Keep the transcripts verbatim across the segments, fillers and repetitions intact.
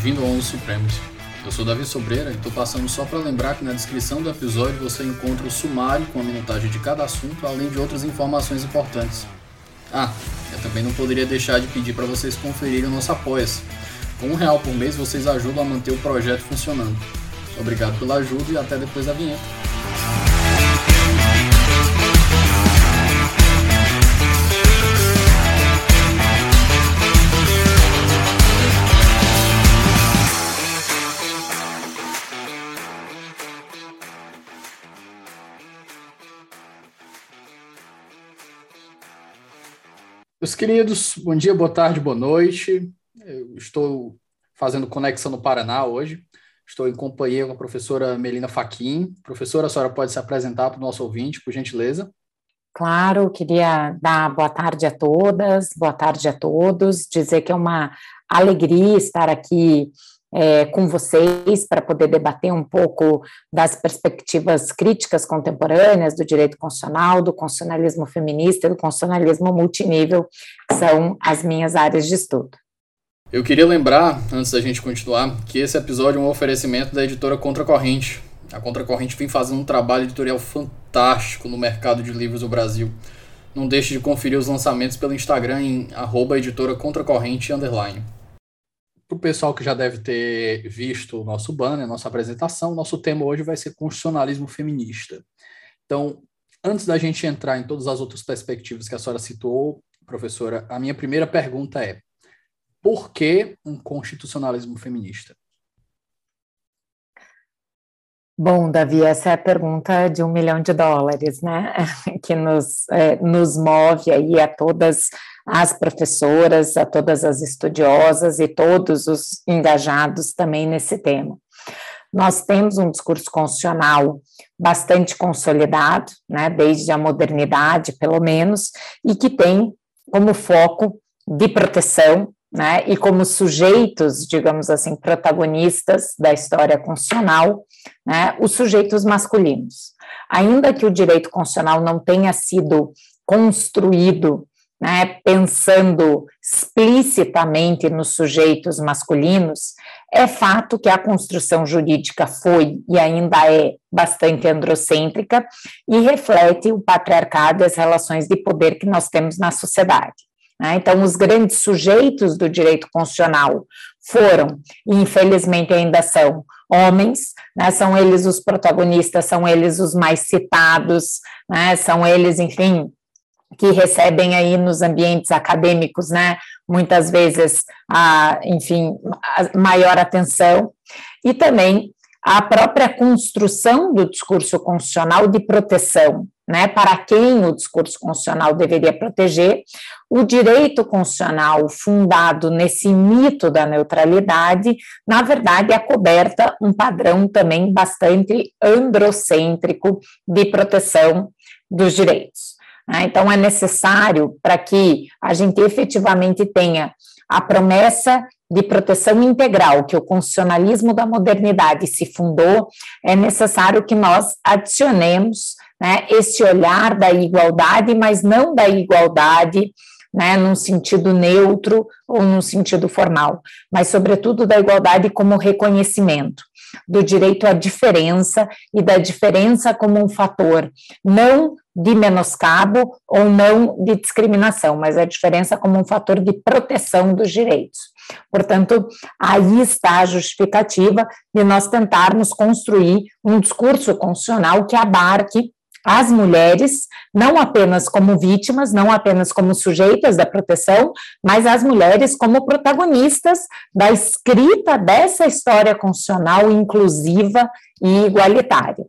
bem-vindo ao onze Supremos. Eu sou Davi Sobreira e estou passando só para lembrar que na descrição do episódio você encontra o sumário com a minutagem de cada assunto, além de outras informações importantes. Ah, eu também não poderia deixar de pedir para vocês conferirem o nosso Apoia-se. Com um real por mês vocês ajudam a manter o projeto funcionando. Obrigado pela ajuda e até depois da vinheta. Meus queridos, bom dia, boa tarde, boa noite. Eu estou fazendo Conexão no Paraná hoje. Estou em companhia com a professora Melina Fachin. Professora, a senhora pode se apresentar para o nosso ouvinte, por gentileza? Claro, queria dar boa tarde a todas, boa tarde a todos, dizer que é uma alegria estar aqui É, com vocês para poder debater um pouco das perspectivas críticas contemporâneas do direito constitucional, do constitucionalismo feminista e do constitucionalismo multinível, que são as minhas áreas de estudo. Eu queria lembrar, antes da gente continuar, que esse episódio é um oferecimento da editora Contracorrente. A Contracorrente vem fazendo um trabalho editorial fantástico no mercado de livros do Brasil. Não deixe de conferir os lançamentos pelo Instagram em arroba editora contracorrente underline. Para o pessoal que já deve ter visto o nosso banner, nossa apresentação, nosso tema hoje vai ser constitucionalismo feminista. Então, antes da gente entrar em todas as outras perspectivas que a senhora citou, professora, a minha primeira pergunta é: por que um constitucionalismo feminista? Bom, Davi, essa é a pergunta de um milhão de dólares, né, que nos, é, nos move aí a todas as professoras, a todas as estudiosas e todos os engajados também nesse tema. Nós temos um discurso constitucional bastante consolidado, né, desde a modernidade, pelo menos, e que tem como foco de proteção, né, e como sujeitos, digamos assim, protagonistas da história constitucional, né, os sujeitos masculinos. Ainda que o direito constitucional não tenha sido construído, né, pensando explicitamente nos sujeitos masculinos, é fato que a construção jurídica foi e ainda é bastante androcêntrica e reflete o patriarcado e as relações de poder que nós temos na sociedade. Então, os grandes sujeitos do direito constitucional foram, e infelizmente ainda são, homens, né, são eles os protagonistas, são eles os mais citados, né, são eles, enfim, que recebem aí nos ambientes acadêmicos, né, muitas vezes, a, enfim, a maior atenção, e também a própria construção do discurso constitucional de proteção, né, para quem o discurso constitucional deveria proteger, o direito constitucional fundado nesse mito da neutralidade, na verdade, acoberta um padrão também bastante androcêntrico de proteção dos direitos. Então, é necessário, para que a gente efetivamente tenha a promessa de proteção integral, que o constitucionalismo da modernidade se fundou, é necessário que nós adicionemos, né, esse olhar da igualdade, mas não da igualdade, né, num sentido neutro ou num sentido formal, mas, sobretudo, da igualdade como reconhecimento do direito à diferença e da diferença como um fator não de menoscabo ou não de discriminação, mas a diferença como um fator de proteção dos direitos. Portanto, aí está a justificativa de nós tentarmos construir um discurso constitucional que abarque as mulheres, não apenas como vítimas, não apenas como sujeitas da proteção, mas as mulheres como protagonistas da escrita dessa história constitucional inclusiva e igualitária.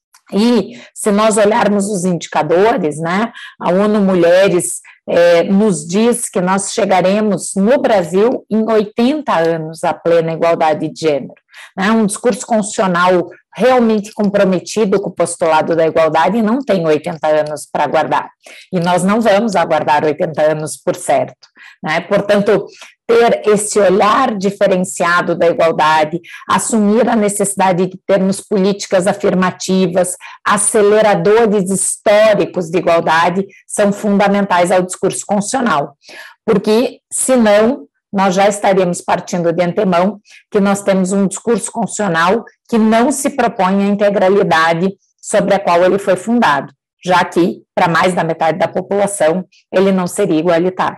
E se nós olharmos os indicadores, né, a ONU Mulheres é, nos diz que nós chegaremos no Brasil em oitenta anos à plena igualdade de gênero. Né, um discurso constitucional realmente comprometido com o postulado da igualdade não tem oitenta anos para aguardar. E nós não vamos aguardar oitenta anos por certo. Né, portanto, ter esse olhar diferenciado da igualdade, assumir a necessidade de termos políticas afirmativas, aceleradores históricos de igualdade, são fundamentais ao discurso constitucional, porque, senão, nós já estaríamos partindo de antemão que nós temos um discurso constitucional que não se propõe a integralidade sobre a qual ele foi fundado, já que, para mais da metade da população, ele não seria igualitário.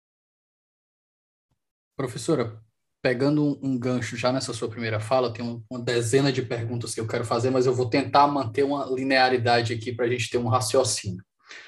Professora, pegando um, um gancho já nessa sua primeira fala, tem um, uma dezena de perguntas que eu quero fazer, mas eu vou tentar manter uma linearidade aqui para a gente ter um raciocínio.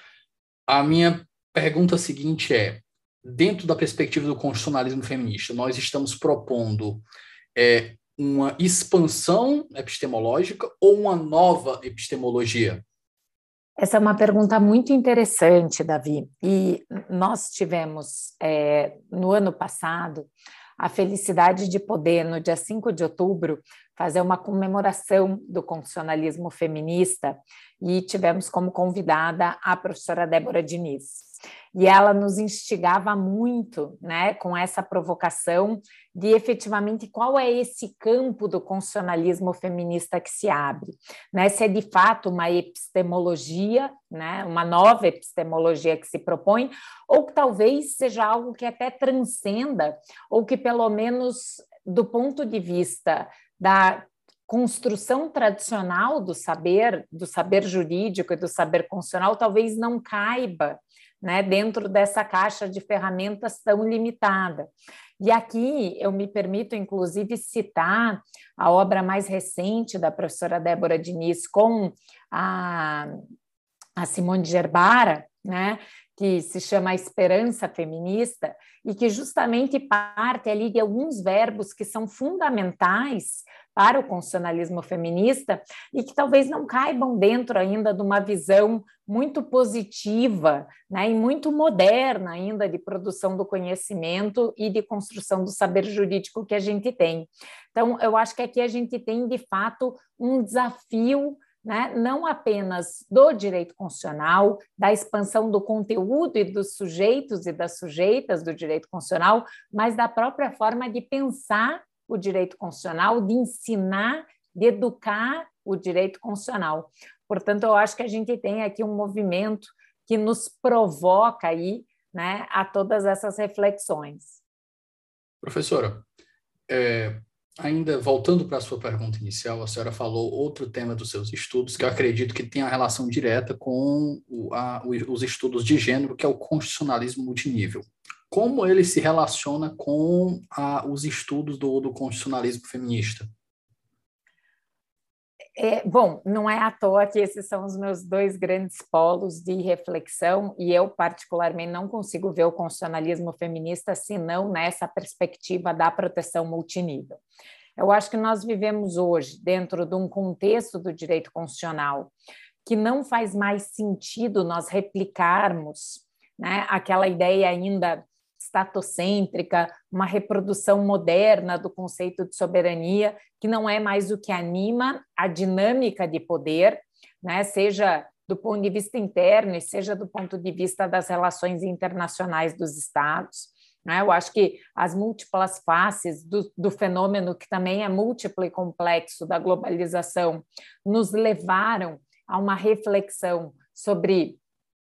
A minha pergunta seguinte é, dentro da perspectiva do constitucionalismo feminista, nós estamos propondo é, uma expansão epistemológica ou uma nova epistemologia? Essa é uma pergunta muito interessante, Davi, e nós tivemos, é, no ano passado, a felicidade de poder, no dia cinco de outubro, fazer uma comemoração do constitucionalismo feminista e tivemos como convidada a professora Débora Diniz. E ela nos instigava muito, né, com essa provocação de efetivamente qual é esse campo do constitucionalismo feminista que se abre, né? Se é de fato uma epistemologia, né, uma nova epistemologia que se propõe, ou que talvez seja algo que até transcenda, ou que pelo menos do ponto de vista da construção tradicional do saber, do saber jurídico e do saber constitucional, talvez não caiba, né, dentro dessa caixa de ferramentas tão limitada. E aqui eu me permito, inclusive, citar a obra mais recente da professora Débora Diniz com a, a Simone de Gerbara, né, que se chama A Esperança Feminista, e que justamente parte ali de alguns verbos que são fundamentais para o constitucionalismo feminista e que talvez não caibam dentro ainda de uma visão muito positiva, né, e muito moderna ainda de produção do conhecimento e de construção do saber jurídico que a gente tem. Então, eu acho que aqui a gente tem, de fato, um desafio, né, não apenas do direito constitucional, da expansão do conteúdo e dos sujeitos e das sujeitas do direito constitucional, mas da própria forma de pensar o direito constitucional, de ensinar, de educar o direito constitucional. Portanto, eu acho que a gente tem aqui um movimento que nos provoca aí, né, a todas essas reflexões. Professora, é, ainda voltando para a sua pergunta inicial, a senhora falou outro tema dos seus estudos que eu acredito que tem a relação direta com o, a, os estudos de gênero, que é o constitucionalismo multinível. Como ele se relaciona com a, os estudos do, do constitucionalismo feminista? É, bom, não é à toa que esses são os meus dois grandes polos de reflexão e eu, particularmente, não consigo ver o constitucionalismo feminista senão nessa perspectiva da proteção multinível. Eu acho que nós vivemos hoje dentro de um contexto do direito constitucional que não faz mais sentido nós replicarmos, né, aquela ideia ainda estatocêntrica, uma reprodução moderna do conceito de soberania, que não é mais o que anima a dinâmica de poder, né, seja do ponto de vista interno e seja do ponto de vista das relações internacionais dos Estados. Né? Eu acho que as múltiplas faces do, do fenômeno, que também é múltiplo e complexo, da globalização, nos levaram a uma reflexão sobre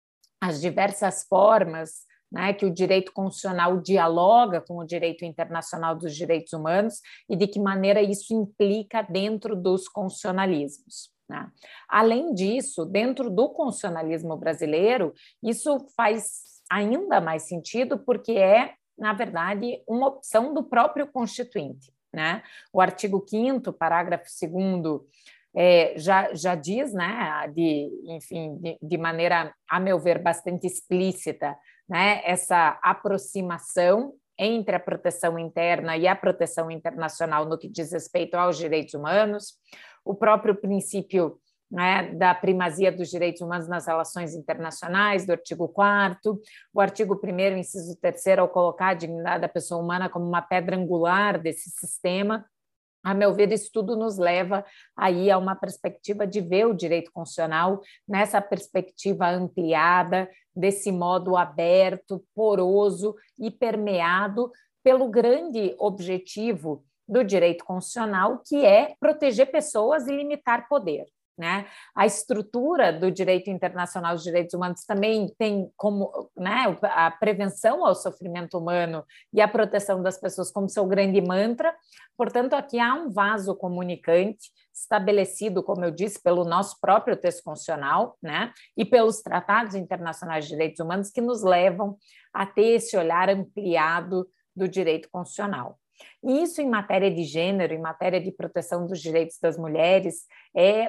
as diversas formas, né, que o direito constitucional dialoga com o direito internacional dos direitos humanos e de que maneira isso implica dentro dos constitucionalismos. Né? Além disso, dentro do constitucionalismo brasileiro, isso faz ainda mais sentido porque é, na verdade, uma opção do próprio Constituinte. Né? O artigo quinto, parágrafo segundo, É, já, já diz, né, de, enfim, de, de maneira, a meu ver, bastante explícita, né, essa aproximação entre a proteção interna e a proteção internacional no que diz respeito aos direitos humanos, o próprio princípio, né, da primazia dos direitos humanos nas relações internacionais, do artigo quarto, o artigo primeiro, inciso terceiro, ao colocar a dignidade da pessoa humana como uma pedra angular desse sistema. A meu ver, isso tudo nos leva aí a uma perspectiva de ver o direito constitucional nessa perspectiva ampliada, desse modo aberto, poroso e permeado pelo grande objetivo do direito constitucional, que é proteger pessoas e limitar poder. né? A estrutura do direito internacional dos direitos humanos também tem como, né, a prevenção ao sofrimento humano e a proteção das pessoas como seu grande mantra. Portanto, aqui há um vaso comunicante estabelecido, como eu disse, pelo nosso próprio texto constitucional, né, e pelos tratados internacionais de direitos humanos que nos levam a ter esse olhar ampliado do direito constitucional. E isso, em matéria de gênero, em matéria de proteção dos direitos das mulheres, é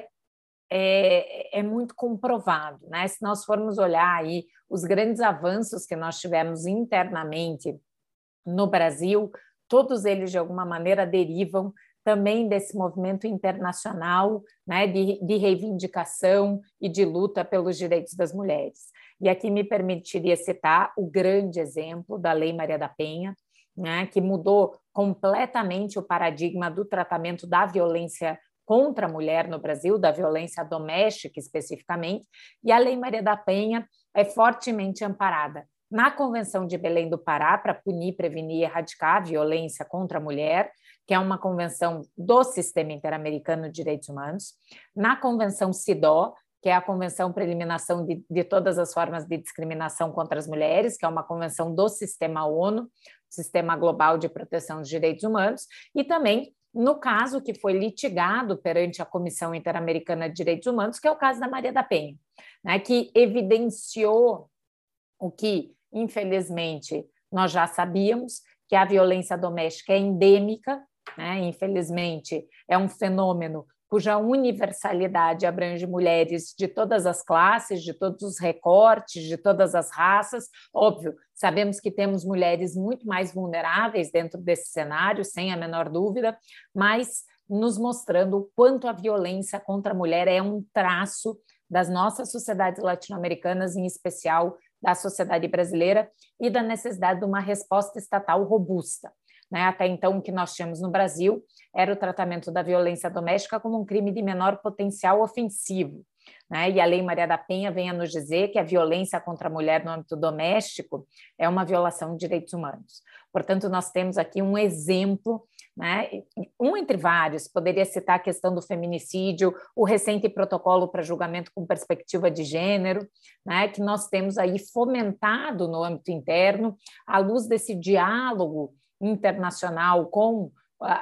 É, é muito comprovado, né? Se nós formos olhar aí os grandes avanços que nós tivemos internamente no Brasil, todos eles de alguma maneira derivam também desse movimento internacional, né, de, de reivindicação e de luta pelos direitos das mulheres. E aqui me permitiria citar o grande exemplo da Lei Maria da Penha, né, que mudou completamente o paradigma do tratamento da violência contra a mulher no Brasil, da violência doméstica especificamente, e a Lei Maria da Penha é fortemente amparada na Convenção de Belém do Pará para punir, prevenir e erradicar a violência contra a mulher, que é uma convenção do Sistema Interamericano de Direitos Humanos, na Convenção CEDAW, que é a Convenção para a Eliminação de, de todas as formas de discriminação contra as mulheres, que é uma convenção do Sistema ONU, Sistema Global de Proteção dos Direitos Humanos, e também no caso que foi litigado perante a Comissão Interamericana de Direitos Humanos, que é o caso da Maria da Penha, né, que evidenciou o que, infelizmente, nós já sabíamos, que a violência doméstica é endêmica, né, infelizmente, é um fenômeno cuja universalidade abrange mulheres de todas as classes, de todos os recortes, de todas as raças. Óbvio, sabemos que temos mulheres muito mais vulneráveis dentro desse cenário, sem a menor dúvida, mas nos mostrando o quanto a violência contra a mulher é um traço das nossas sociedades latino-americanas, em especial da sociedade brasileira, e da necessidade de uma resposta estatal robusta. Né? Até então, o que nós tínhamos no Brasil era o tratamento da violência doméstica como um crime de menor potencial ofensivo. Né? E a Lei Maria da Penha vem a nos dizer que a violência contra a mulher no âmbito doméstico é uma violação de direitos humanos. Portanto, nós temos aqui um exemplo, né? Um entre vários, poderia citar a questão do feminicídio, o recente protocolo para julgamento com perspectiva de gênero, né? Que nós temos aí fomentado no âmbito interno, à luz desse diálogo internacional com,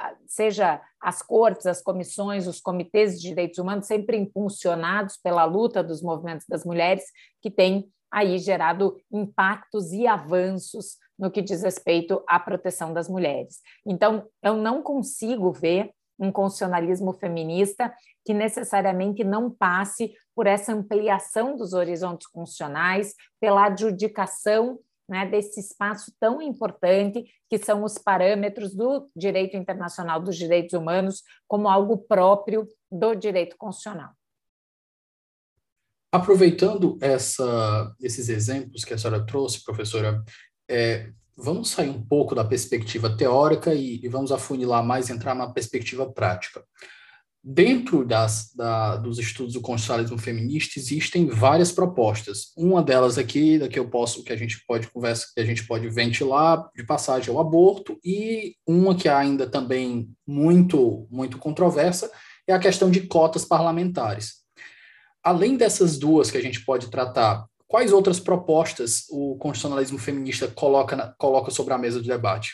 seja as cortes, as comissões, os comitês de direitos humanos, sempre impulsionados pela luta dos movimentos das mulheres, que tem aí gerado impactos e avanços no que diz respeito à proteção das mulheres. Então, eu não consigo ver um constitucionalismo feminista que necessariamente não passe por essa ampliação dos horizontes constitucionais, pela adjudicação, né, desse espaço tão importante que são os parâmetros do direito internacional dos direitos humanos como algo próprio do direito constitucional. Aproveitando essa, esses exemplos que a senhora trouxe, professora, é, vamos sair um pouco da perspectiva teórica e, e vamos afunilar mais, entrar na perspectiva prática. Dentro das, da, dos estudos do constitucionalismo feminista existem várias propostas. Uma delas aqui, da que eu posso, que a gente pode conversa, que a gente pode ventilar de passagem ao aborto, e uma que é ainda também muito muito controversa é a questão de cotas parlamentares. Além dessas duas que a gente pode tratar, quais outras propostas o constitucionalismo feminista coloca na, coloca sobre a mesa de debate?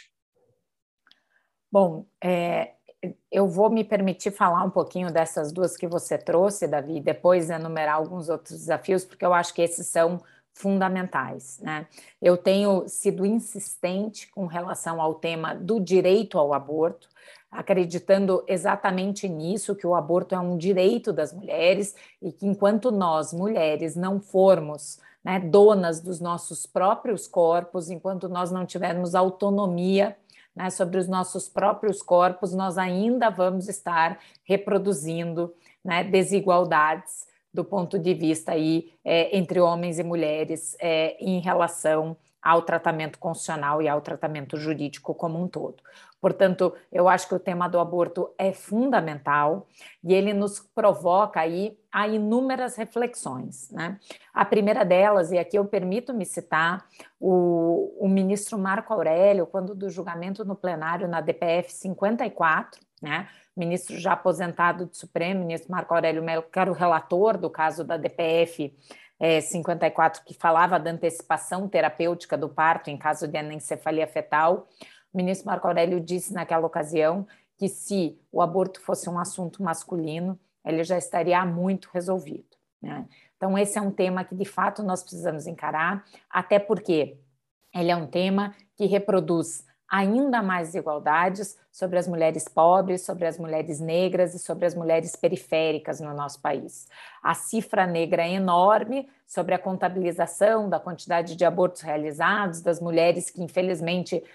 Bom, é, eu vou me permitir falar um pouquinho dessas duas que você trouxe, Davi, e depois enumerar alguns outros desafios, porque eu acho que esses são fundamentais, né? Eu tenho sido insistente com relação ao tema do direito ao aborto, acreditando exatamente nisso, que o aborto é um direito das mulheres e que enquanto nós, mulheres, não formos, né, donas dos nossos próprios corpos, enquanto nós não tivermos autonomia, né, sobre os nossos próprios corpos, nós ainda vamos estar reproduzindo, né, desigualdades do ponto de vista aí, é, entre homens e mulheres é, em relação ao tratamento constitucional e ao tratamento jurídico como um todo. Portanto, eu acho que o tema do aborto é fundamental e ele nos provoca aí a inúmeras reflexões, né? A primeira delas, e aqui eu permito-me citar o, o ministro Marco Aurélio, quando do julgamento no plenário na D P F cinquenta e quatro, né? Ministro já aposentado do Supremo, ministro Marco Aurélio Mello, que era o relator do caso da D P F é, cinquenta e quatro, que falava da antecipação terapêutica do parto em caso de anencefalia fetal. O ministro Marco Aurélio disse naquela ocasião que se o aborto fosse um assunto masculino, ele já estaria muito resolvido, né? Então, esse é um tema que, de fato, nós precisamos encarar, até porque ele é um tema que reproduz ainda mais desigualdades sobre as mulheres pobres, sobre as mulheres negras e sobre as mulheres periféricas no nosso país. A cifra negra é enorme sobre a contabilização da quantidade de abortos realizados, das mulheres que, infelizmente,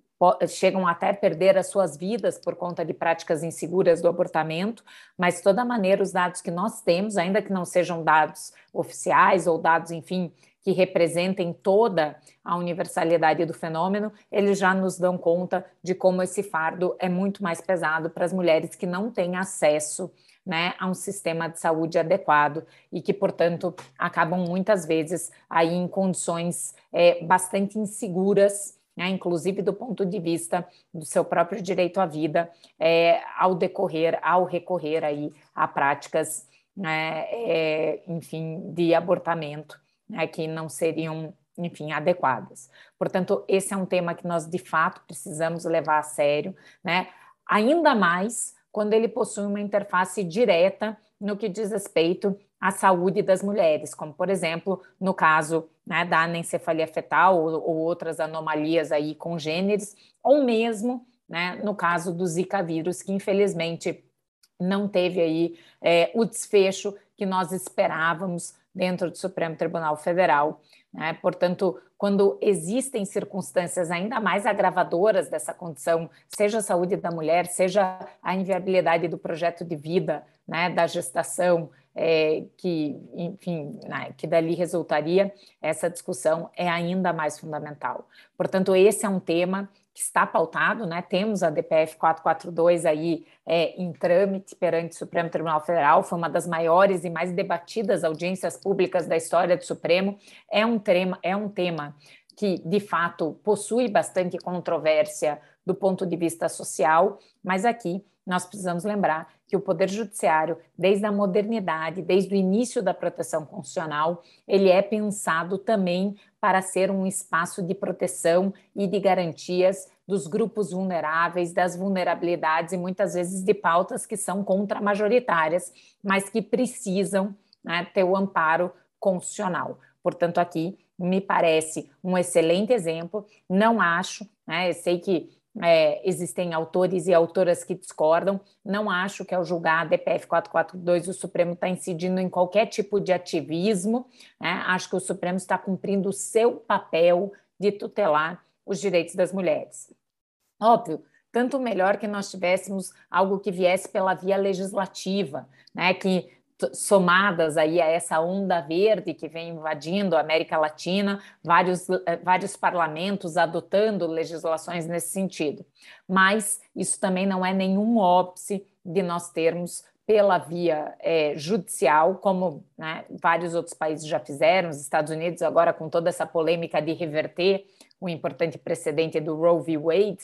chegam até a perder as suas vidas por conta de práticas inseguras do abortamento, mas, de toda maneira, os dados que nós temos, ainda que não sejam dados oficiais ou dados, enfim, que representem toda a universalidade do fenômeno, eles já nos dão conta de como esse fardo é muito mais pesado para as mulheres que não têm acesso, né, a um sistema de saúde adequado e que, portanto, acabam muitas vezes aí em condições é, bastante inseguras, né, inclusive do ponto de vista do seu próprio direito à vida, é, ao decorrer, ao recorrer aí a práticas, né, é, enfim, de abortamento, né, que não seriam, enfim, adequadas. Portanto, esse é um tema que nós, de fato, precisamos levar a sério, né, ainda mais quando ele possui uma interface direta no que diz respeito à saúde das mulheres, como, por exemplo, no caso, né, da anencefalia fetal ou, ou outras anomalias aí congêneres, ou mesmo, né, no caso do Zika vírus, que infelizmente não teve aí é, o desfecho que nós esperávamos dentro do Supremo Tribunal Federal, né? Portanto, quando existem circunstâncias ainda mais agravadoras dessa condição, seja a saúde da mulher, seja a inviabilidade do projeto de vida, né, da gestação, é, que, enfim, né, que dali resultaria, essa discussão é ainda mais fundamental. Portanto, esse é um tema que está pautado, né? Temos a D P F quatrocentos e quarenta e dois aí é, em trâmite perante o Supremo Tribunal Federal, foi uma das maiores e mais debatidas audiências públicas da história do Supremo. É um tema, é um tema que, de fato, possui bastante controvérsia do ponto de vista social, mas aqui nós precisamos lembrar que o Poder Judiciário, desde a modernidade, desde o início da proteção constitucional, ele é pensado também para ser um espaço de proteção e de garantias dos grupos vulneráveis, das vulnerabilidades e muitas vezes de pautas que são contramajoritárias, mas que precisam, né, ter o amparo constitucional. Portanto, aqui me parece um excelente exemplo. Não acho, né, eu sei que É, existem autores e autoras que discordam, não acho que ao julgar a D P F quatrocentos e quarenta e dois o Supremo está incidindo em qualquer tipo de ativismo, né? Acho que o Supremo está cumprindo o seu papel de tutelar os direitos das mulheres. Óbvio, tanto melhor que nós tivéssemos algo que viesse pela via legislativa, né, que somadas aí a essa onda verde que vem invadindo a América Latina, vários, vários parlamentos adotando legislações nesse sentido. Mas isso também não é nenhum óbice de nós termos pela via é, judicial, como, né, vários outros países já fizeram, os Estados Unidos agora com toda essa polêmica de reverter o importante precedente do Roe v. Wade,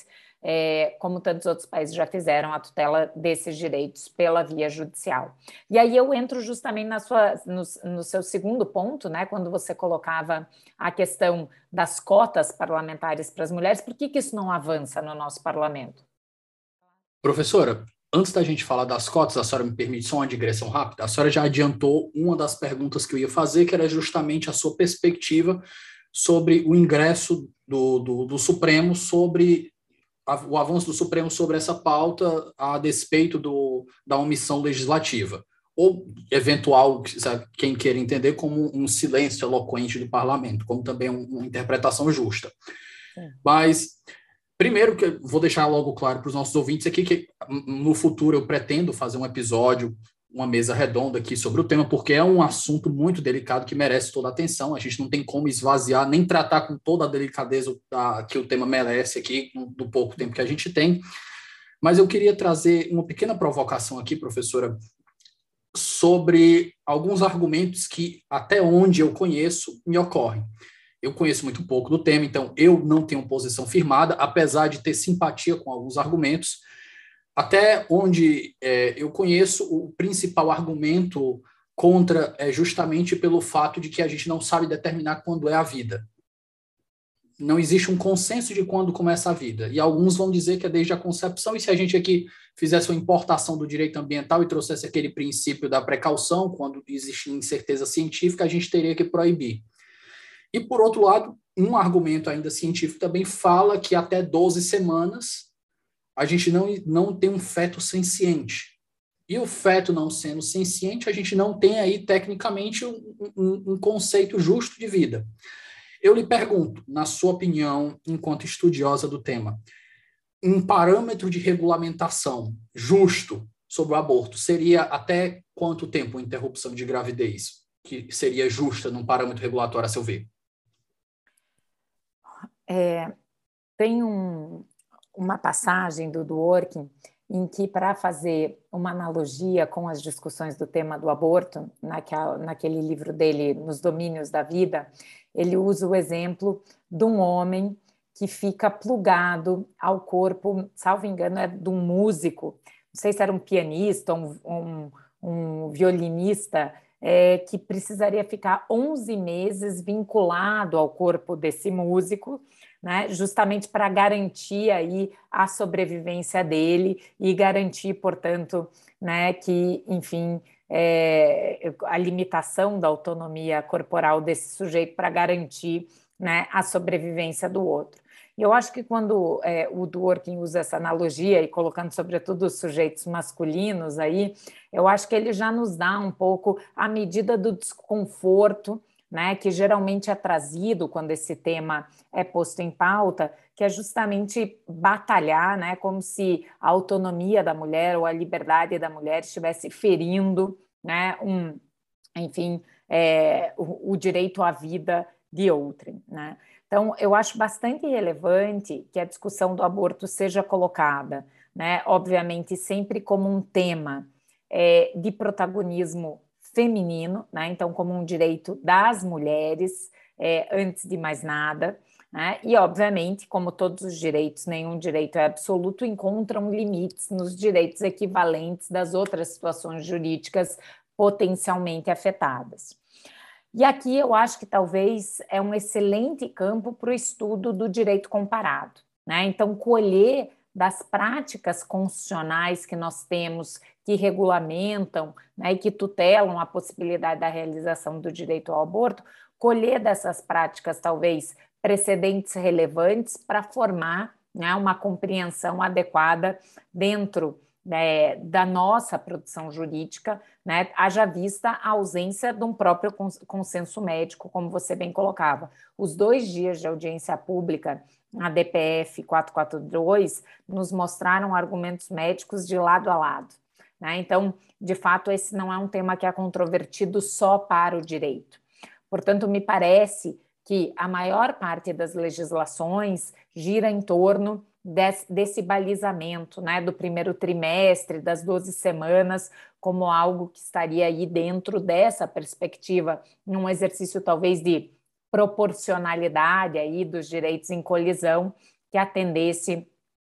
É, como tantos outros países já fizeram, a tutela desses direitos pela via judicial. E aí eu entro justamente na sua, no, no seu segundo ponto, né, quando você colocava a questão das cotas parlamentares para as mulheres. Por que que isso não avança no nosso parlamento? Professora, antes da gente falar das cotas, a senhora me permite só uma digressão rápida? A senhora já adiantou uma das perguntas que eu ia fazer, que era justamente a sua perspectiva sobre o ingresso do, do, do Supremo, sobre o avanço do Supremo sobre essa pauta a despeito do, da omissão legislativa, ou eventual, sabe, quem queira entender como um silêncio eloquente do parlamento, como também uma interpretação justa. Sim. Mas, primeiro, que eu vou deixar logo claro para os nossos ouvintes aqui que no futuro eu pretendo fazer um episódio, uma mesa redonda aqui sobre o tema, porque é um assunto muito delicado que merece toda a atenção. A gente não tem como esvaziar, nem tratar com toda a delicadeza da, que o tema merece aqui, do pouco tempo que a gente tem. Mas eu queria trazer uma pequena provocação aqui, professora, sobre alguns argumentos que, até onde eu conheço, me ocorrem. Eu conheço muito pouco do tema, então eu não tenho posição firmada, apesar de ter simpatia com alguns argumentos, Até onde é, eu conheço, o principal argumento contra é justamente pelo fato de que a gente não sabe determinar quando é a vida. Não existe um consenso de quando começa a vida. E alguns vão dizer que é desde a concepção, e se a gente aqui fizesse uma importação do direito ambiental e trouxesse aquele princípio da precaução, quando existe incerteza científica, a gente teria que proibir. E, por outro lado, um argumento ainda científico também fala que até doze semanas a gente não, não tem um feto senciente. E o feto não sendo senciente, a gente não tem aí, tecnicamente, um, um, um conceito justo de vida. Eu lhe pergunto, na sua opinião, enquanto estudiosa do tema, um parâmetro de regulamentação justo sobre o aborto seria até quanto tempo a interrupção de gravidez que seria justa num parâmetro regulatório, a seu ver? É, tem um, uma passagem do Dworkin em que, para fazer uma analogia com as discussões do tema do aborto, naquela, naquele livro dele, Nos Domínios da Vida, ele usa o exemplo de um homem que fica plugado ao corpo, salvo engano, é de um músico, não sei se era um pianista, um, um, um violinista, é, que precisaria ficar onze meses vinculado ao corpo desse músico, né, justamente para garantir aí a sobrevivência dele e garantir, portanto, né, que, enfim, é, a limitação da autonomia corporal desse sujeito para garantir, né, a sobrevivência do outro. E eu acho que quando é, o Dworkin usa essa analogia, e colocando sobretudo os sujeitos masculinos aí, eu acho que ele já nos dá um pouco a medida do desconforto, né, que geralmente é trazido quando esse tema é posto em pauta, que é justamente batalhar, né, como se a autonomia da mulher ou a liberdade da mulher estivesse ferindo, né, um, enfim, é, o, o direito à vida de outrem, né? Então, eu acho bastante relevante que a discussão do aborto seja colocada, né, obviamente sempre como um tema é, de protagonismo feminino, né? Então, como um direito das mulheres, é, antes de mais nada, né? E, obviamente, como todos os direitos, nenhum direito é absoluto, encontram limites nos direitos equivalentes das outras situações jurídicas potencialmente afetadas. E aqui eu acho que talvez é um excelente campo para o estudo do direito comparado, né? Então, colher das práticas constitucionais que nós temos, que regulamentam, né, e que tutelam a possibilidade da realização do direito ao aborto, colher dessas práticas, talvez, precedentes relevantes para formar, né, uma compreensão adequada dentro, né, da nossa produção jurídica, né, haja vista a ausência de um próprio consenso médico, como você bem colocava. Os dois dias de audiência pública, a D P F quatrocentos e quarenta e dois, nos mostraram argumentos médicos de lado a lado, né? Então, de fato, esse não é um tema que é controvertido só para o direito. Portanto, me parece que a maior parte das legislações gira em torno desse, desse balizamento, né, do primeiro trimestre, das doze semanas, como algo que estaria aí dentro dessa perspectiva, num exercício talvez de proporcionalidade aí dos direitos em colisão que atendesse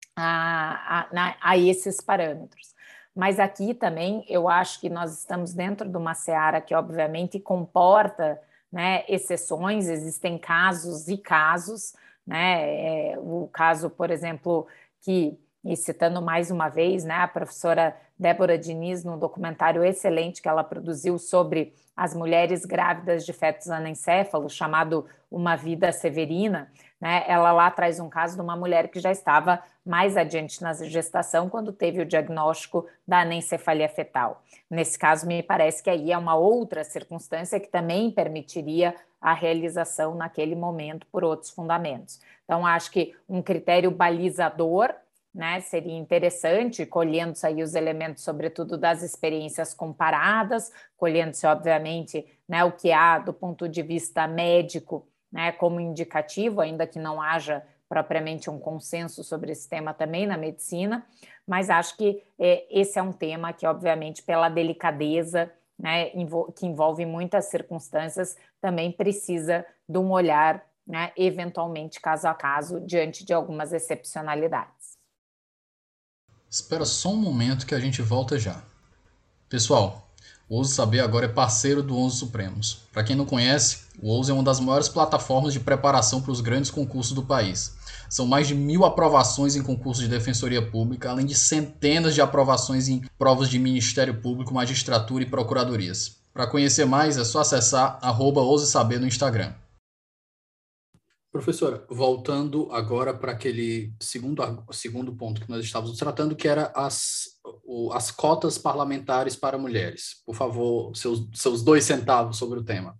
a, a, a esses parâmetros. Mas aqui também eu acho que nós estamos dentro de uma seara que obviamente comporta, né, exceções, existem casos e casos, né, é, o caso, por exemplo, que, e citando mais uma vez, né, a professora Débora Diniz, num documentário excelente que ela produziu sobre as mulheres grávidas de fetos anencéfalos, chamado Uma Vida Severina, né, ela lá traz um caso de uma mulher que já estava mais adiante na gestação quando teve o diagnóstico da anencefalia fetal. Nesse caso, me parece que aí é uma outra circunstância que também permitiria a realização naquele momento por outros fundamentos. Então, acho que um critério balizador, né, seria interessante, colhendo-se aí os elementos, sobretudo das experiências comparadas, colhendo-se, obviamente, né, o que há do ponto de vista médico, né, como indicativo, ainda que não haja propriamente um consenso sobre esse tema também na medicina, mas acho que é, esse é um tema que, obviamente, pela delicadeza, né, que envolve muitas circunstâncias, também precisa de um olhar, né, eventualmente caso a caso, diante de algumas excepcionalidades. Espera só um momento que a gente volta já. Pessoal, o Ouse Saber agora é parceiro do Onze Supremos. Para quem não conhece, o Ouse é uma das maiores plataformas de preparação para os grandes concursos do país. São mais de mil aprovações em concursos de defensoria pública, além de centenas de aprovações em provas de Ministério Público, magistratura e procuradorias. Para conhecer mais, é só acessar arroba Ouse Saber no Instagram. Professora, voltando agora para aquele segundo, segundo ponto que nós estávamos tratando, que era as, o, as cotas parlamentares para mulheres. Por favor, seus, seus dois centavos sobre o tema.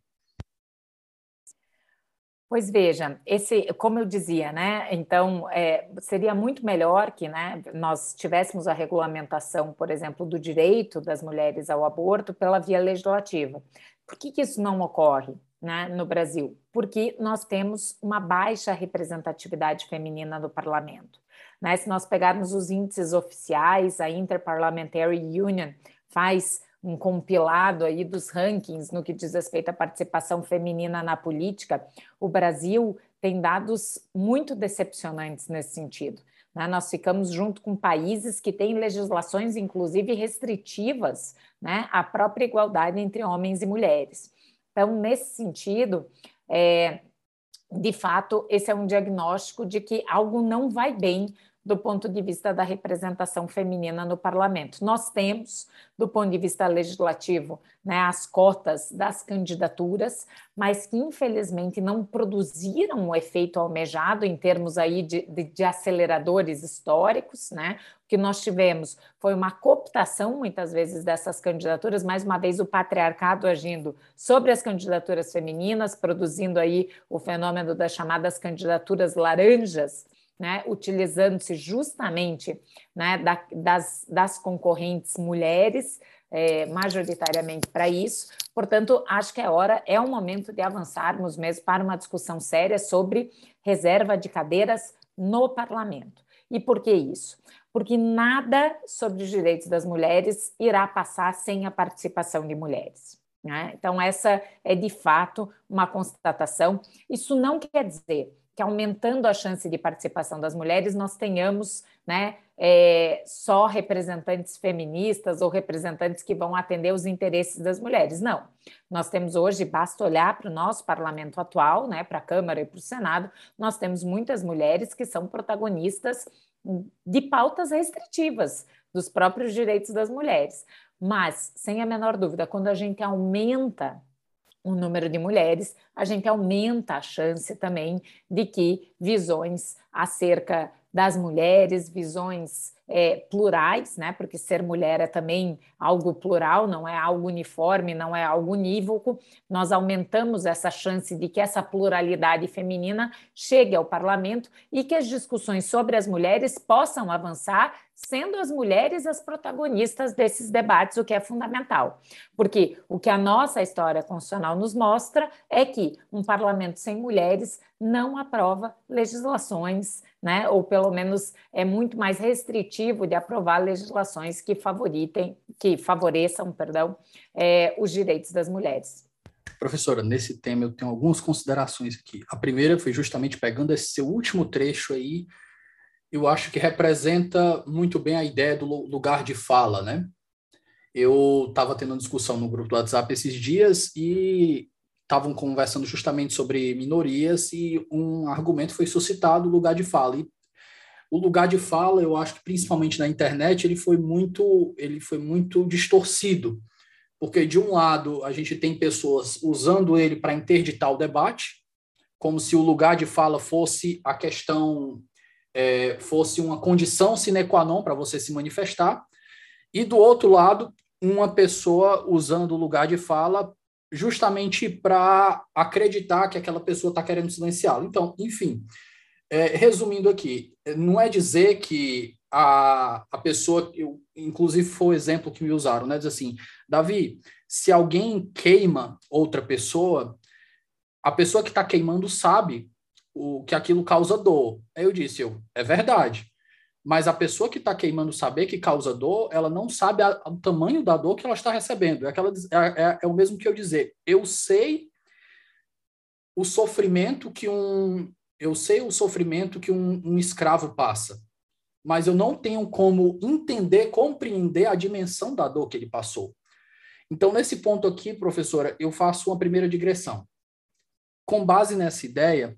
Pois veja, esse, como eu dizia, né? Então, é, seria muito melhor que, né, nós tivéssemos a regulamentação, por exemplo, do direito das mulheres ao aborto pela via legislativa. Por que que isso não ocorre, né, no Brasil? Porque nós temos uma baixa representatividade feminina no parlamento. Né? Se nós pegarmos os índices oficiais, a Inter-Parliamentary Union faz um compilado aí dos rankings no que diz respeito à participação feminina na política, o Brasil tem dados muito decepcionantes nesse sentido. Né? Nós ficamos junto com países que têm legislações, inclusive restritivas, né, à própria igualdade entre homens e mulheres. Então, nesse sentido, é, de fato, esse é um diagnóstico de que algo não vai bem do ponto de vista da representação feminina no parlamento. Nós temos, do ponto de vista legislativo, né, as cotas das candidaturas, mas que infelizmente não produziram o efeito almejado em termos aí de, de, de aceleradores históricos, né? O que nós tivemos foi uma cooptação, muitas vezes, dessas candidaturas, mais uma vez o patriarcado agindo sobre as candidaturas femininas, produzindo aí o fenômeno das chamadas candidaturas laranjas, né, utilizando-se justamente, né, da, das, das concorrentes mulheres, é, majoritariamente para isso. Portanto, acho que é hora, é o momento de avançarmos mesmo para uma discussão séria sobre reserva de cadeiras no parlamento. E por que isso? Porque nada sobre os direitos das mulheres irá passar sem a participação de mulheres. Né? Então, essa é de fato uma constatação. Isso não quer dizer que aumentando a chance de participação das mulheres, nós tenhamos, né, é, só representantes feministas ou representantes que vão atender os interesses das mulheres. Não. Nós temos hoje, basta olhar para o nosso parlamento atual, né, para a Câmara e para o Senado, nós temos muitas mulheres que são protagonistas de pautas restritivas dos próprios direitos das mulheres. Mas, sem a menor dúvida, quando a gente aumenta o número de mulheres, a gente aumenta a chance também de que visões acerca das mulheres, visões é, plurais, né? Porque ser mulher é também algo plural, não é algo uniforme, não é algo unívoco. Nós aumentamos essa chance de que essa pluralidade feminina chegue ao parlamento e que as discussões sobre as mulheres possam avançar, sendo as mulheres as protagonistas desses debates, o que é fundamental. Porque o que a nossa história constitucional nos mostra é que um parlamento sem mulheres não aprova legislações, né? Ou pelo menos é muito mais restritivo de aprovar legislações que favoritem, que favoreçam, perdão, é, os direitos das mulheres. Professora, nesse tema eu tenho algumas considerações aqui. A primeira foi justamente pegando esse seu último trecho aí, eu acho que representa muito bem a ideia do lugar de fala, né? Eu estava tendo uma discussão no grupo do WhatsApp esses dias e estavam conversando justamente sobre minorias e um argumento foi suscitado, o lugar de fala. E o lugar de fala, eu acho que principalmente na internet, ele foi muito, ele foi muito distorcido, porque de um lado a gente tem pessoas usando ele para interditar o debate, como se o lugar de fala fosse a questão, é, fosse uma condição sine qua non para você se manifestar, e do outro lado, uma pessoa usando o lugar de fala justamente para acreditar que aquela pessoa está querendo silenciá-lo. Então, enfim, é, resumindo aqui, não é dizer que a, a pessoa, eu, inclusive foi o exemplo que me usaram, né? Diz assim, Davi, se alguém queima outra pessoa, a pessoa que está queimando sabe o, que aquilo causa dor. Aí eu disse, eu, é verdade. Mas a pessoa que está queimando saber que causa dor, ela não sabe a, o tamanho da dor que ela está recebendo. É, aquela, é, é, é o mesmo que eu dizer, eu sei o sofrimento que um, eu sei o sofrimento que um, um escravo passa. mas eu não tenho como entender, compreender a dimensão da dor que ele passou. Então, nesse ponto aqui, professora, eu faço uma primeira digressão. Com base nessa ideia,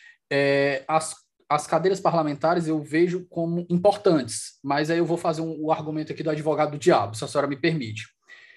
é, as, as cadeiras parlamentares eu vejo como importantes, mas aí eu vou fazer um, o argumento aqui do advogado do diabo, se a senhora me permite.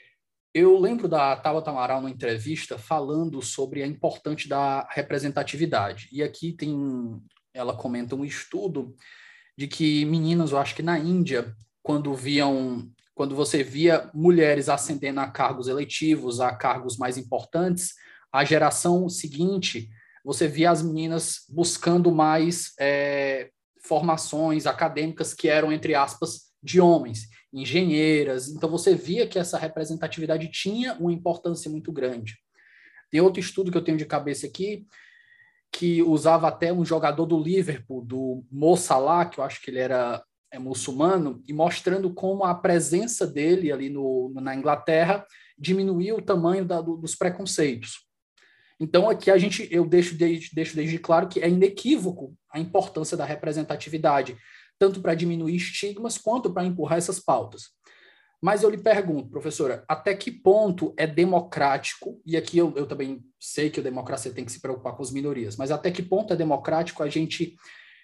Eu lembro da Tabata Amaral, numa entrevista, falando sobre a importância da representatividade. E aqui tem, ela comenta um estudo de que meninas, eu acho que na Índia, quando viam, quando você via mulheres ascendendo a cargos eletivos, a cargos mais importantes, a geração seguinte, você via as meninas buscando mais é, formações acadêmicas que eram, entre aspas, de homens, engenheiras. Então, você via que essa representatividade tinha uma importância muito grande. Tem outro estudo que eu tenho de cabeça aqui, que usava até um jogador do Liverpool, do Mo Salah, que eu acho que ele era é, muçulmano, e mostrando como a presença dele ali no, na Inglaterra diminuía o tamanho da, do, dos preconceitos. Então, aqui a gente, eu deixo desde, deixo desde claro que é inequívoco a importância da representatividade, tanto para diminuir estigmas quanto para empurrar essas pautas. Mas eu lhe pergunto, professora, até que ponto é democrático, e aqui eu, eu também sei que a democracia tem que se preocupar com as minorias, mas até que ponto é democrático a gente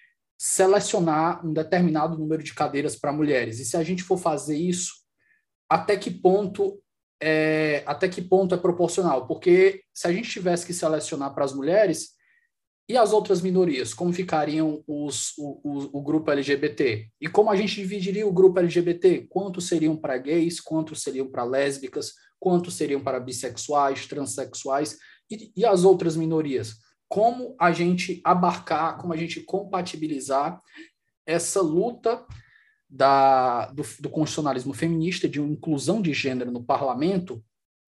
selecionar um determinado número de cadeiras para mulheres? E se a gente for fazer isso, até que ponto é, até que ponto é proporcional? Porque se a gente tivesse que selecionar para as mulheres, e as outras minorias, como ficariam os, o, o, o grupo L G B T? E como a gente dividiria o grupo L G B T? Quantos seriam para gays, quantos seriam para lésbicas, quantos seriam para bissexuais, transexuais e, e as outras minorias? Como a gente abarcar, como a gente compatibilizar essa luta da, do, do constitucionalismo feminista, de uma inclusão de gênero no parlamento,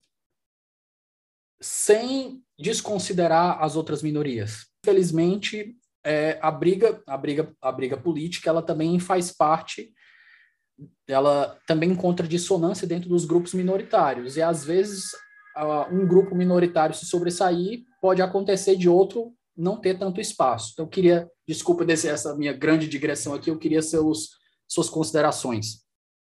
sem desconsiderar as outras minorias? Infelizmente, é, a, briga, a, briga, a briga política ela também faz parte, ela também encontra dissonância dentro dos grupos minoritários, e às vezes uh, um grupo minoritário se sobressair, pode acontecer de outro não ter tanto espaço. Então, eu queria, desculpa desse, essa minha grande digressão aqui, eu queria seus, suas considerações.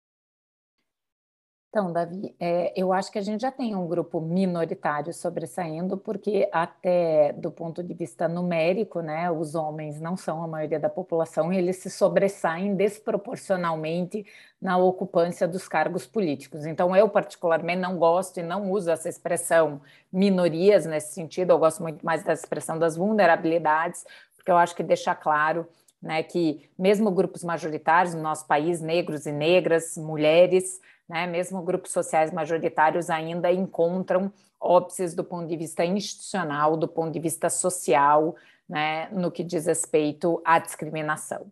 Então, Davi, é, eu acho que a gente já tem um grupo minoritário sobressaindo, porque até do ponto de vista numérico, né, os homens não são a maioria da população e eles se sobressaem desproporcionalmente na ocupância dos cargos políticos. Então, eu particularmente não gosto e não uso essa expressão minorias nesse sentido, eu gosto muito mais da expressão das vulnerabilidades, porque eu acho que deixa claro, né, que mesmo grupos majoritários no nosso país, negros e negras, mulheres, né, mesmo grupos sociais majoritários ainda encontram óbices do ponto de vista institucional, do ponto de vista social, né, no que diz respeito à discriminação.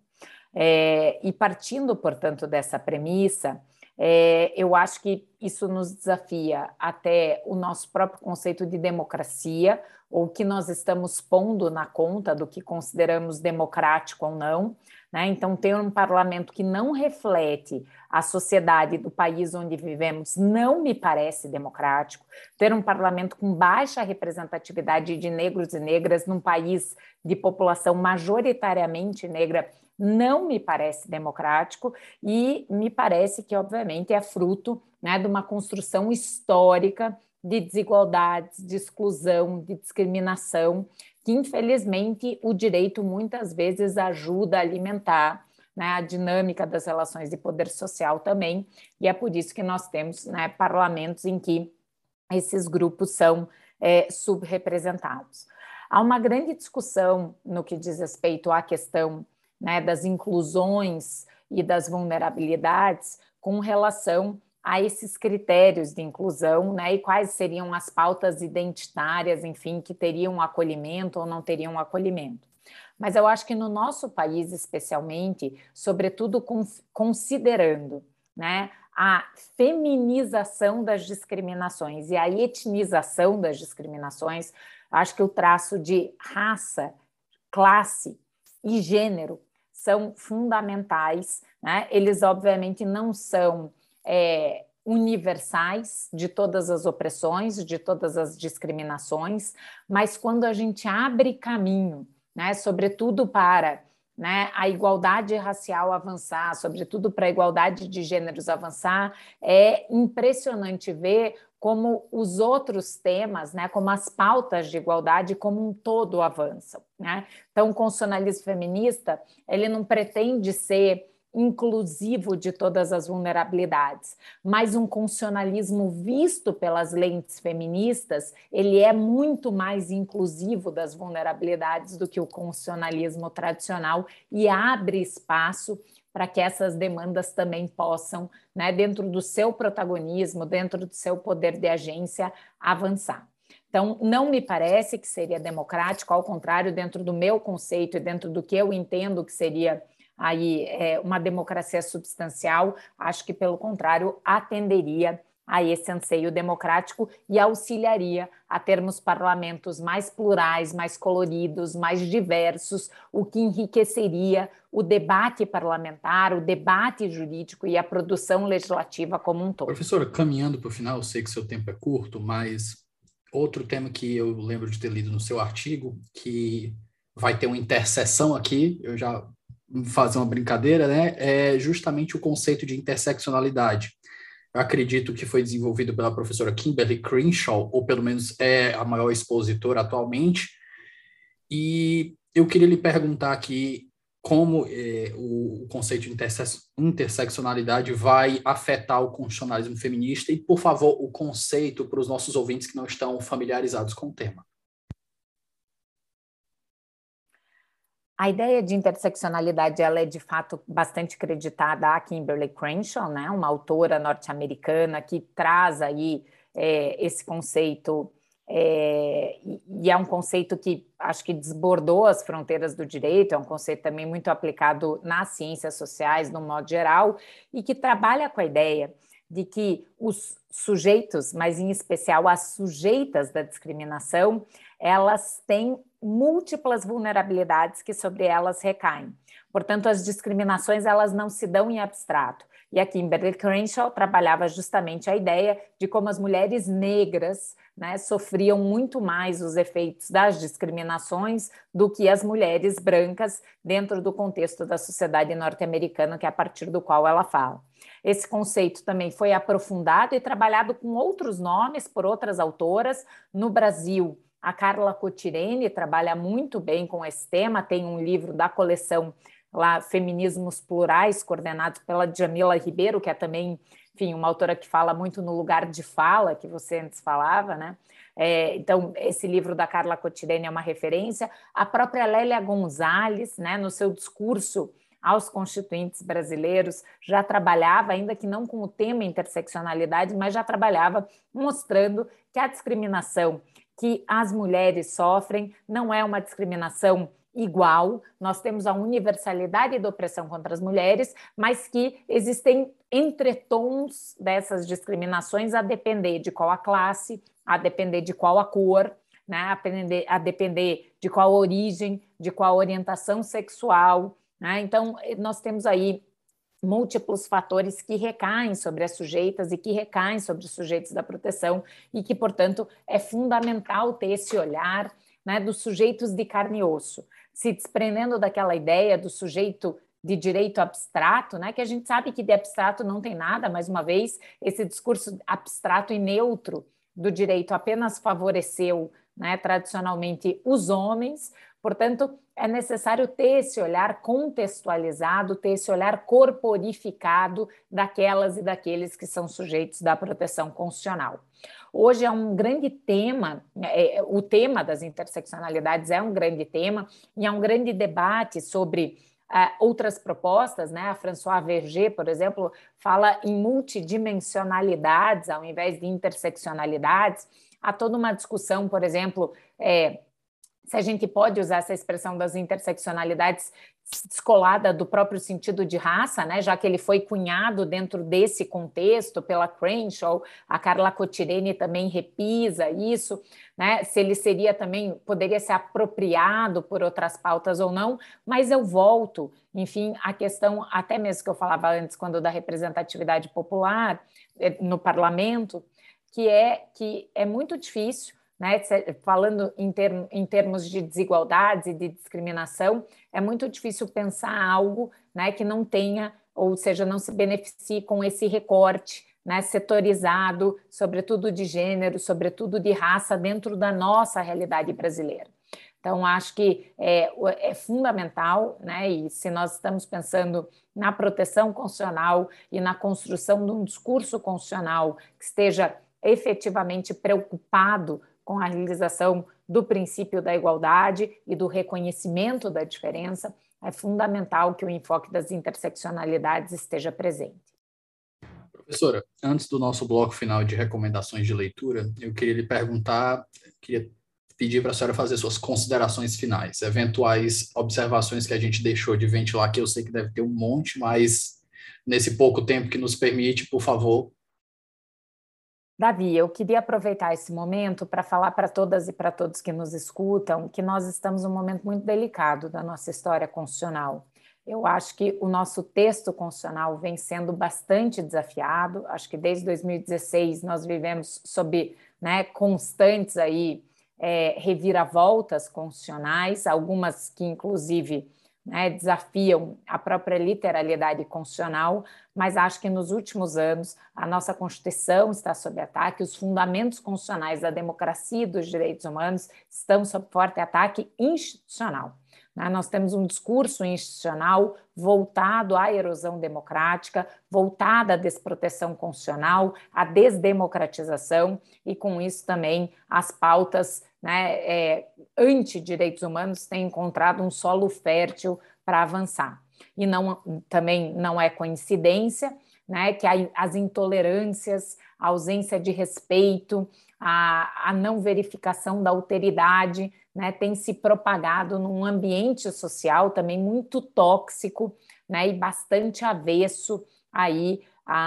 É, e partindo, portanto, dessa premissa, é, eu acho que isso nos desafia até o nosso próprio conceito de democracia, ou que nós estamos pondo na conta do que consideramos democrático ou não, né? Então, ter um parlamento que não reflete a sociedade do país onde vivemos não me parece democrático. Ter um parlamento com baixa representatividade de negros e negras num país de população majoritariamente negra não me parece democrático e me parece que, obviamente, é fruto, né, de uma construção histórica de desigualdades, de exclusão, de discriminação, que, infelizmente, o direito muitas vezes ajuda a alimentar, né, a dinâmica das relações de poder social também, e é por isso que nós temos, né, parlamentos em que esses grupos são é, subrepresentados. Há uma grande discussão no que diz respeito à questão, né, das inclusões e das vulnerabilidades com relação a esses critérios de inclusão, né, e quais seriam as pautas identitárias, enfim, que teriam acolhimento ou não teriam acolhimento. Mas eu acho que no nosso país, especialmente, sobretudo considerando, né, a feminização das discriminações e a etnização das discriminações, acho que o traço de raça, classe e gênero são fundamentais, né? Eles, obviamente, não são é, universais de todas as opressões, de todas as discriminações, mas quando a gente abre caminho, né, sobretudo para né, a igualdade racial avançar, sobretudo para a igualdade de gêneros avançar, é impressionante ver como os outros temas, né, como as pautas de igualdade como um todo avançam, né? Então, o constitucionalismo feminista, ele não pretende ser inclusivo de todas as vulnerabilidades, mas um constitucionalismo visto pelas lentes feministas, ele é muito mais inclusivo das vulnerabilidades do que o constitucionalismo tradicional e abre espaço para que essas demandas também possam, né, dentro do seu protagonismo, dentro do seu poder de agência, avançar. Então, não me parece que seria democrático, ao contrário, dentro do meu conceito e dentro do que eu entendo que seria aí é, uma democracia substancial, acho que, pelo contrário, atenderia a esse anseio democrático e auxiliaria a termos parlamentos mais plurais, mais coloridos, mais diversos, o que enriqueceria o debate parlamentar, o debate jurídico e a produção legislativa como um todo. Professora, caminhando para o final, eu sei que seu tempo é curto, mas outro tema que eu lembro de ter lido no seu artigo, que vai ter uma interseção aqui, eu já vou fazer uma brincadeira, né? É justamente o conceito de interseccionalidade. Eu acredito que foi desenvolvido pela professora Kimberly Crenshaw, ou pelo menos é a maior expositora atualmente, e eu queria lhe perguntar aqui como eh, o, o conceito de interse- interseccionalidade vai afetar o constitucionalismo feminista e, por favor, o conceito para os nossos ouvintes que não estão familiarizados com o tema. A ideia de interseccionalidade ela é, de fato, bastante creditada a Kimberly Crenshaw, né, uma autora norte-americana que traz aí é, esse conceito, é, e é um conceito que acho que desbordou as fronteiras do direito, é um conceito também muito aplicado nas ciências sociais, no modo geral, e que trabalha com a ideia de que os sujeitos, mas em especial as sujeitas da discriminação, elas têm múltiplas vulnerabilidades que sobre elas recaem. Portanto, as discriminações elas não se dão em abstrato. E a Kimberly Crenshaw trabalhava justamente a ideia de como as mulheres negras, né, sofriam muito mais os efeitos das discriminações do que as mulheres brancas dentro do contexto da sociedade norte-americana, que é a partir do qual ela fala. Esse conceito também foi aprofundado e trabalhado com outros nomes por outras autoras. No Brasil, a Carla Cotirene trabalha muito bem com esse tema, tem um livro da coleção lá, Feminismos Plurais, coordenado pela Djamila Ribeiro, que é também, enfim, uma autora que fala muito no lugar de fala, que você antes falava, né? É, então, esse livro da Carla Cotirene é uma referência. A própria Lélia Gonzalez, né, no seu discurso aos constituintes brasileiros, já trabalhava, ainda que não com o tema interseccionalidade, mas já trabalhava mostrando que a discriminação que as mulheres sofrem não é uma discriminação igual, nós temos a universalidade da opressão contra as mulheres, mas que existem entretons dessas discriminações a depender de qual a classe, a depender de qual a cor, né, a, depender, a depender de qual origem, de qual orientação sexual, né? Então, nós temos aí múltiplos fatores que recaem sobre as sujeitas e que recaem sobre os sujeitos da proteção e que, portanto, é fundamental ter esse olhar, né, dos sujeitos de carne e osso, se desprendendo daquela ideia do sujeito de direito abstrato, né, que a gente sabe que de abstrato não tem nada, mais uma vez, esse discurso abstrato e neutro do direito apenas favoreceu, né, tradicionalmente os homens. Portanto, é necessário ter esse olhar contextualizado, ter esse olhar corporificado daquelas e daqueles que são sujeitos da proteção constitucional. Hoje é um grande tema, é, o tema das interseccionalidades é um grande tema, e é um grande debate sobre uh, outras propostas, né? A Françoise Verger, por exemplo, fala em multidimensionalidades ao invés de interseccionalidades. Há toda uma discussão, por exemplo, é, se a gente pode usar essa expressão das interseccionalidades descolada do próprio sentido de raça, né, já que ele foi cunhado dentro desse contexto pela Crenshaw, a Carla Cotirene também repisa isso, né, se ele seria também, poderia ser apropriado por outras pautas ou não, mas eu volto, enfim, à questão, até mesmo que eu falava antes, quando da representatividade popular no parlamento, que é que é muito difícil né, falando em, term, em termos de desigualdades e de discriminação, é muito difícil pensar algo, né, que não tenha, ou seja, não se beneficie com esse recorte, né, setorizado, sobretudo de gênero, sobretudo de raça, dentro da nossa realidade brasileira. Então, acho que é, é fundamental, né, e se nós estamos pensando na proteção constitucional e na construção de um discurso constitucional que esteja efetivamente preocupado com a realização do princípio da igualdade e do reconhecimento da diferença, é fundamental que o enfoque das interseccionalidades esteja presente. Professora, antes do nosso bloco final de recomendações de leitura, eu queria lhe perguntar, queria pedir para a senhora fazer suas considerações finais, eventuais observações que a gente deixou de ventilar, que eu sei que deve ter um monte, mas nesse pouco tempo que nos permite, por favor. Davi, eu queria aproveitar esse momento para falar para todas e para todos que nos escutam que nós estamos num momento muito delicado da nossa história constitucional. Eu acho que o nosso texto constitucional vem sendo bastante desafiado. Acho que desde dois mil e dezesseis nós vivemos sob, né, constantes aí, é, reviravoltas constitucionais, algumas que inclusive, né, desafiam a própria literalidade constitucional, mas acho que nos últimos anos a nossa Constituição está sob ataque, os fundamentos constitucionais da democracia e dos direitos humanos estão sob forte ataque institucional. Nós temos um discurso institucional voltado à erosão democrática, voltado à desproteção constitucional, à desdemocratização e, com isso, também as pautas, né, é, anti-direitos humanos têm encontrado um solo fértil para avançar. E não, também não é coincidência, né, que as intolerâncias, a ausência de respeito, a, a não verificação da alteridade, né, tem se propagado num ambiente social também muito tóxico, né, e bastante avesso aí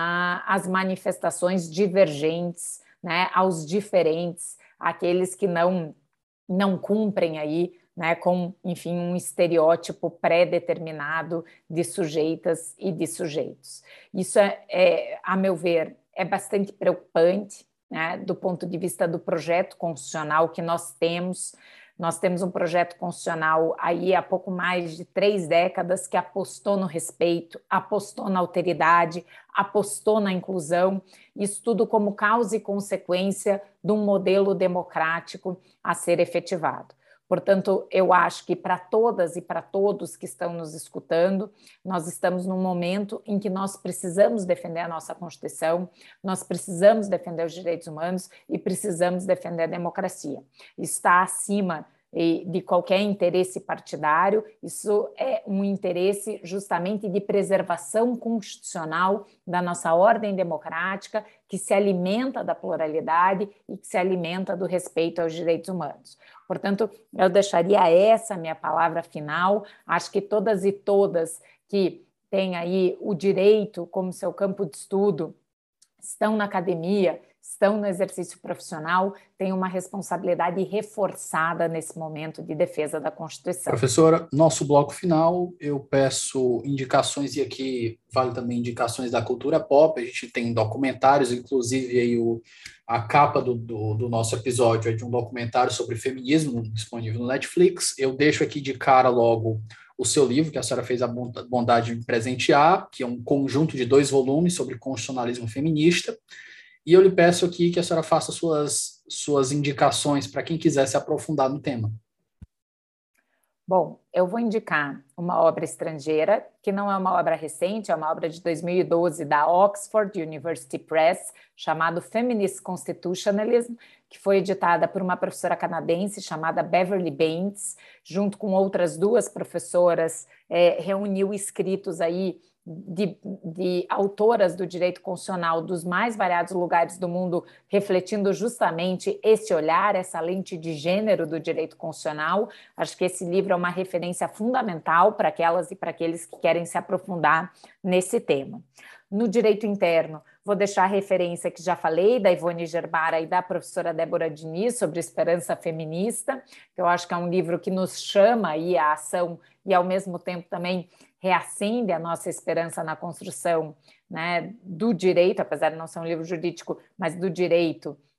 às manifestações divergentes, né, aos diferentes, aqueles que não, não cumprem aí, né, com, enfim, um estereótipo pré-determinado de sujeitas e de sujeitos. Isso, é, é, a meu ver, é bastante preocupante, né, do ponto de vista do projeto constitucional que nós temos. Nós temos um projeto constitucional aí há pouco mais de três décadas que apostou no respeito, apostou na alteridade, apostou na inclusão, isso tudo como causa e consequência de um modelo democrático a ser efetivado. Portanto, eu acho que para todas e para todos que estão nos escutando, nós estamos num momento em que nós precisamos defender a nossa Constituição, nós precisamos defender os direitos humanos e precisamos defender a democracia. Isso está acima de qualquer interesse partidário, isso é um interesse justamente de preservação constitucional da nossa ordem democrática, que se alimenta da pluralidade e que se alimenta do respeito aos direitos humanos. Portanto, eu deixaria essa minha palavra final. Acho que todas e todas que têm aí o direito como seu campo de estudo, estão na academia, estão no exercício profissional, têm uma responsabilidade reforçada nesse momento de defesa da Constituição. Professora, nosso bloco final, eu peço indicações, e aqui vale também indicações da cultura pop. A gente tem documentários, inclusive aí o, a capa do, do, do nosso episódio é de um documentário sobre feminismo disponível no Netflix. Eu deixo aqui de cara logo o seu livro, que a senhora fez a bondade de me presentear, que é um conjunto de dois volumes sobre constitucionalismo feminista. E eu lhe peço aqui que a senhora faça suas, suas indicações para quem quiser se aprofundar no tema. Bom, eu vou indicar uma obra estrangeira, que não é uma obra recente, é uma obra de dois mil e doze da Oxford University Press, chamado Feminist Constitutionalism, que foi editada por uma professora canadense chamada Beverly Baines, junto com outras duas professoras, é, reuniu escritos aí De, de autoras do direito constitucional dos mais variados lugares do mundo, refletindo justamente esse olhar, essa lente de gênero do direito constitucional. Acho que esse livro é uma referência fundamental para aquelas e para aqueles que querem se aprofundar nesse tema. No direito interno, vou deixar a referência que já falei, da Ivone Gerbara e da professora Débora Diniz, sobre esperança feminista, que eu acho que é um livro que nos chama aí à ação e, ao mesmo tempo, também reacende a nossa esperança na construção, né, do direito, apesar de não ser um livro jurídico, mas do direito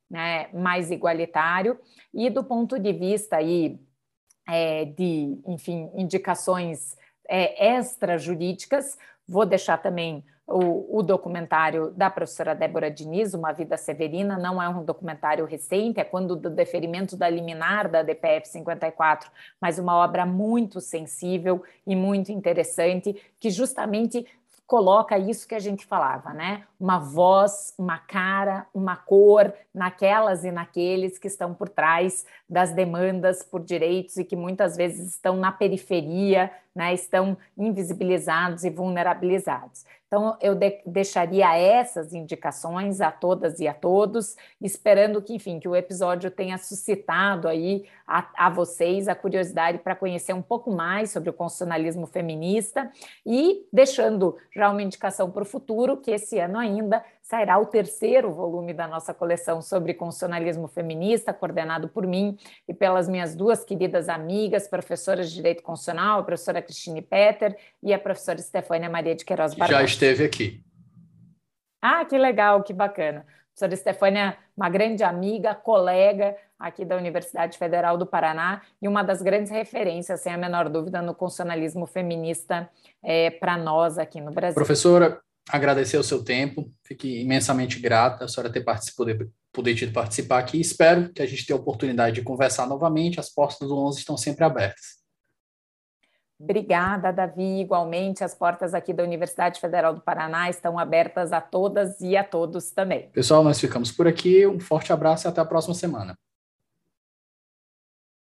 né, mais igualitário, e do ponto de vista aí, é, de, enfim, indicações é, extrajurídicas, vou deixar também o, o documentário da professora Débora Diniz, Uma Vida Severina. Não é um documentário recente, é quando do deferimento da liminar da D P F cinquenta e quatro, mas uma obra muito sensível e muito interessante, que justamente coloca isso que a gente falava, né? Uma voz, uma cara, uma cor naquelas e naqueles que estão por trás das demandas por direitos e que muitas vezes estão na periferia, né? Estão invisibilizados e vulnerabilizados. Então, eu de deixaria essas indicações a todas e a todos, esperando que, enfim, que o episódio tenha suscitado aí a, a vocês a curiosidade para conhecer um pouco mais sobre o constitucionalismo feminista e deixando já uma indicação para o futuro, que esse ano ainda sairá o terceiro volume da nossa coleção sobre constitucionalismo feminista, coordenado por mim e pelas minhas duas queridas amigas, professoras de Direito Constitucional, a professora Cristine Petter e a professora Estefânia Maria de Queiroz Barbosa. Já esteve aqui. Ah, que legal, que bacana. A professora Estefânia, uma grande amiga, colega aqui da Universidade Federal do Paraná e uma das grandes referências, sem a menor dúvida, no constitucionalismo feminista é, para nós aqui no Brasil. Professora, agradecer o seu tempo, fico imensamente grata a senhora ter poder, poder tido participar aqui. Espero que a gente tenha a oportunidade de conversar novamente. As portas do onze estão sempre abertas. Obrigada, Davi. Igualmente, as portas aqui da Universidade Federal do Paraná estão abertas a todas e a todos também. Pessoal, nós ficamos por aqui. Um forte abraço e até a próxima semana.